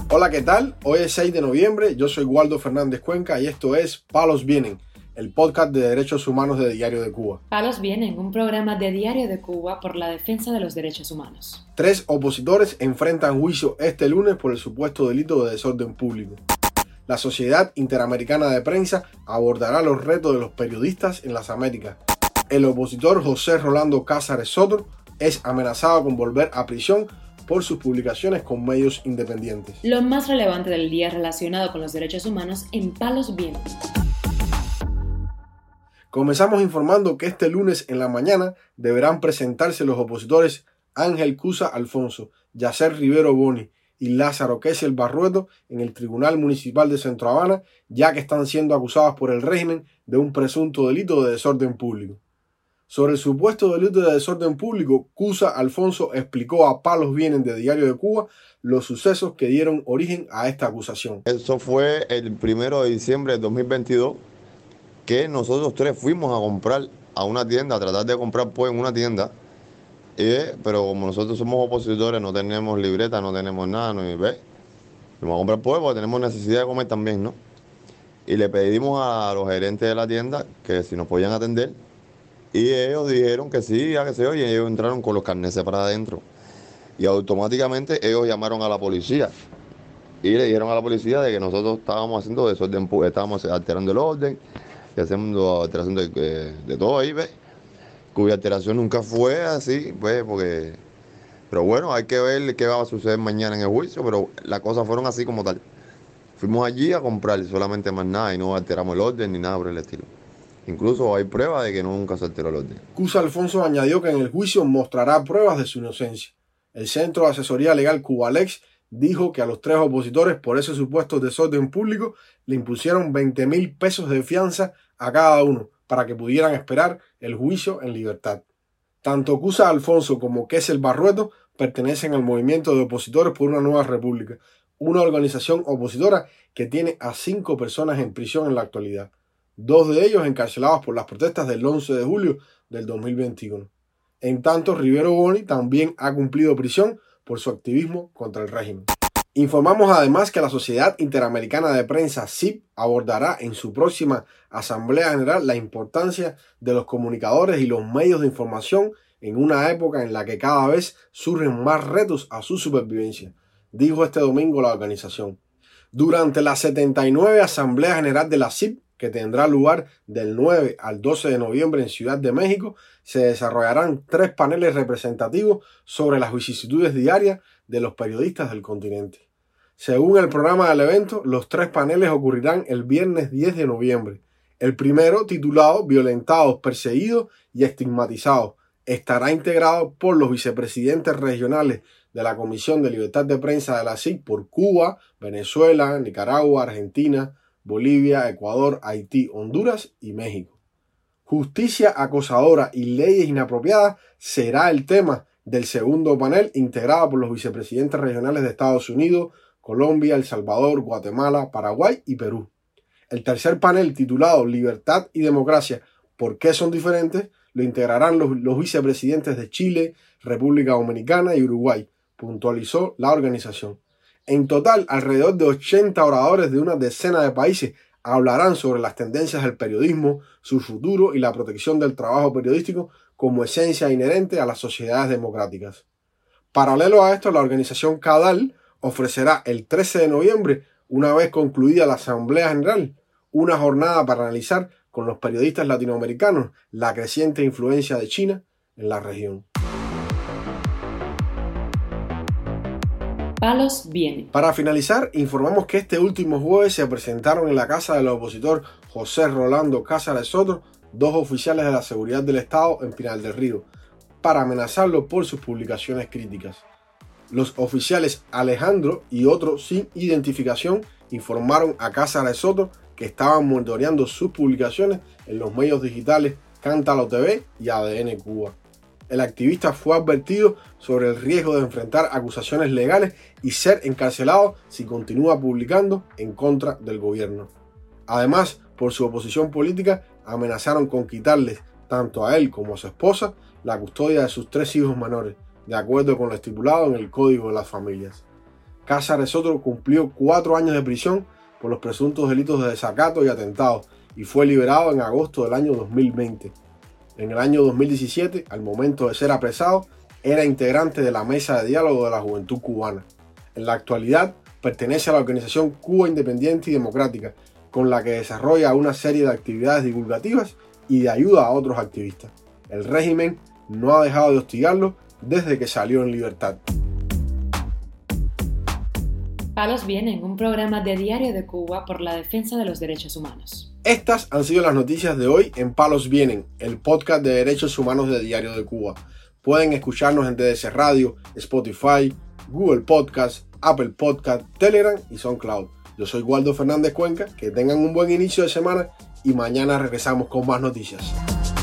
Hola, ¿qué tal? Hoy es 6 de noviembre, yo soy Waldo Fernández Cuenca y esto es Palos Vienen, el podcast de derechos humanos de Diario de Cuba. Palos Vienen, un programa de Diario de Cuba por la defensa de los derechos humanos. 3 opositores enfrentan juicio este lunes por el supuesto delito de desorden público. La Sociedad Interamericana de Prensa abordará los retos de los periodistas en las Américas. El opositor José Rolando Cázares Soto es amenazado con volver a prisión por sus publicaciones con medios independientes. Lo más relevante del día relacionado con los derechos humanos en Palos Vienen. Comenzamos informando que este lunes en la mañana deberán presentarse los opositores Ángel Cusa Alfonso, Yacer Rivero Boni y Lázaro Kessiel Barrueto en el Tribunal Municipal de Centro Habana, ya que están siendo acusados por el régimen de un presunto delito de desorden público. Sobre el supuesto delito de desorden público, Cusa Alfonso explicó a Palos Vienen de Diario de Cuba los sucesos que dieron origen a esta acusación. Eso fue el 1 de diciembre de 2022, que nosotros tres fuimos a comprar a una tienda, a tratar de comprar pues en una tienda, pero como nosotros somos opositores, no tenemos libreta, no tenemos nada, no fuimos a comprar pues porque tenemos necesidad de comer también, ¿no? Y le pedimos a los gerentes de la tienda que si nos podían atender, y ellos dijeron que sí, que se oye, y ellos entraron con los carneses para adentro. Y automáticamente ellos llamaron a la policía y le dijeron a la policía de que nosotros estábamos haciendo desorden, estábamos alterando el orden y haciendo alteración de todo ahí, ¿ves? Cuya alteración nunca fue así, pues, porque... Pero bueno, hay que ver qué va a suceder mañana en el juicio, pero las cosas fueron así como tal. Fuimos allí a comprar solamente más nada y no alteramos el orden ni nada por el estilo. Incluso hay pruebas de que nunca se alteró el orden. Cusa Alfonso añadió que en el juicio mostrará pruebas de su inocencia. El Centro de Asesoría Legal Cubalex dijo que a los 3 opositores por ese supuesto desorden público le impusieron 20,000 pesos de fianza a cada uno para que pudieran esperar el juicio en libertad. Tanto Cusa Alfonso como Kessiel Barrueto pertenecen al movimiento de opositores por una nueva república, una organización opositora que tiene a 5 personas en prisión en la actualidad. 2 de ellos encarcelados por las protestas del 11 de julio del 2021. En tanto, Rivero Boni también ha cumplido prisión por su activismo contra el régimen. Informamos además que la Sociedad Interamericana de Prensa, SIP, abordará en su próxima Asamblea General la importancia de los comunicadores y los medios de información en una época en la que cada vez surgen más retos a su supervivencia, dijo este domingo la organización. Durante la 79 Asamblea General de la SIP, que tendrá lugar del 9 al 12 de noviembre en Ciudad de México, se desarrollarán 3 paneles representativos sobre las vicisitudes diarias de los periodistas del continente. Según el programa del evento, los 3 paneles ocurrirán el viernes 10 de noviembre. El primero, titulado Violentados, Perseguidos y Estigmatizados, estará integrado por los vicepresidentes regionales de la Comisión de Libertad de Prensa de la SIC por Cuba, Venezuela, Nicaragua, Argentina, Bolivia, Ecuador, Haití, Honduras y México. Justicia acosadora y leyes inapropiadas será el tema del segundo panel, integrado por los vicepresidentes regionales de Estados Unidos, Colombia, El Salvador, Guatemala, Paraguay y Perú. El tercer panel, titulado Libertad y Democracia, ¿por qué son diferentes?, lo integrarán los vicepresidentes de Chile, República Dominicana y Uruguay, puntualizó la organización. En total, alrededor de 80 oradores de una decena de países hablarán sobre las tendencias del periodismo, su futuro y la protección del trabajo periodístico como esencia inherente a las sociedades democráticas. Paralelo a esto, la organización CADAL ofrecerá el 13 de noviembre, una vez concluida la Asamblea General, una jornada para analizar con los periodistas latinoamericanos la creciente influencia de China en la región. Palos Vienen. Para finalizar, informamos que este último jueves se presentaron en la casa del opositor José Rolando Cázares Soto 2 oficiales de la seguridad del Estado en Pinar del Río para amenazarlo por sus publicaciones críticas. Los oficiales Alejandro y otro sin identificación informaron a Cázares Soto que estaban monitoreando sus publicaciones en los medios digitales Cántalo TV y ADN Cuba. El activista fue advertido sobre el riesgo de enfrentar acusaciones legales y ser encarcelado si continúa publicando en contra del gobierno. Además, por su oposición política, amenazaron con quitarles, tanto a él como a su esposa, la custodia de sus 3 hijos menores, de acuerdo con lo estipulado en el Código de las Familias. Cázares Soto cumplió 4 años de prisión por los presuntos delitos de desacato y atentado y fue liberado en agosto del año 2020. En el año 2017, al momento de ser apresado, era integrante de la Mesa de Diálogo de la Juventud Cubana. En la actualidad, pertenece a la organización Cuba Independiente y Democrática, con la que desarrolla una serie de actividades divulgativas y de ayuda a otros activistas. El régimen no ha dejado de hostigarlo desde que salió en libertad. Palos Vienen, un programa de Diario de Cuba por la defensa de los derechos humanos. Estas han sido las noticias de hoy en Palos Vienen, el podcast de derechos humanos de Diario de Cuba. Pueden escucharnos en TDC Radio, Spotify, Google Podcast, Apple Podcast, Telegram y SoundCloud. Yo soy Waldo Fernández Cuenca, que tengan un buen inicio de semana y mañana regresamos con más noticias.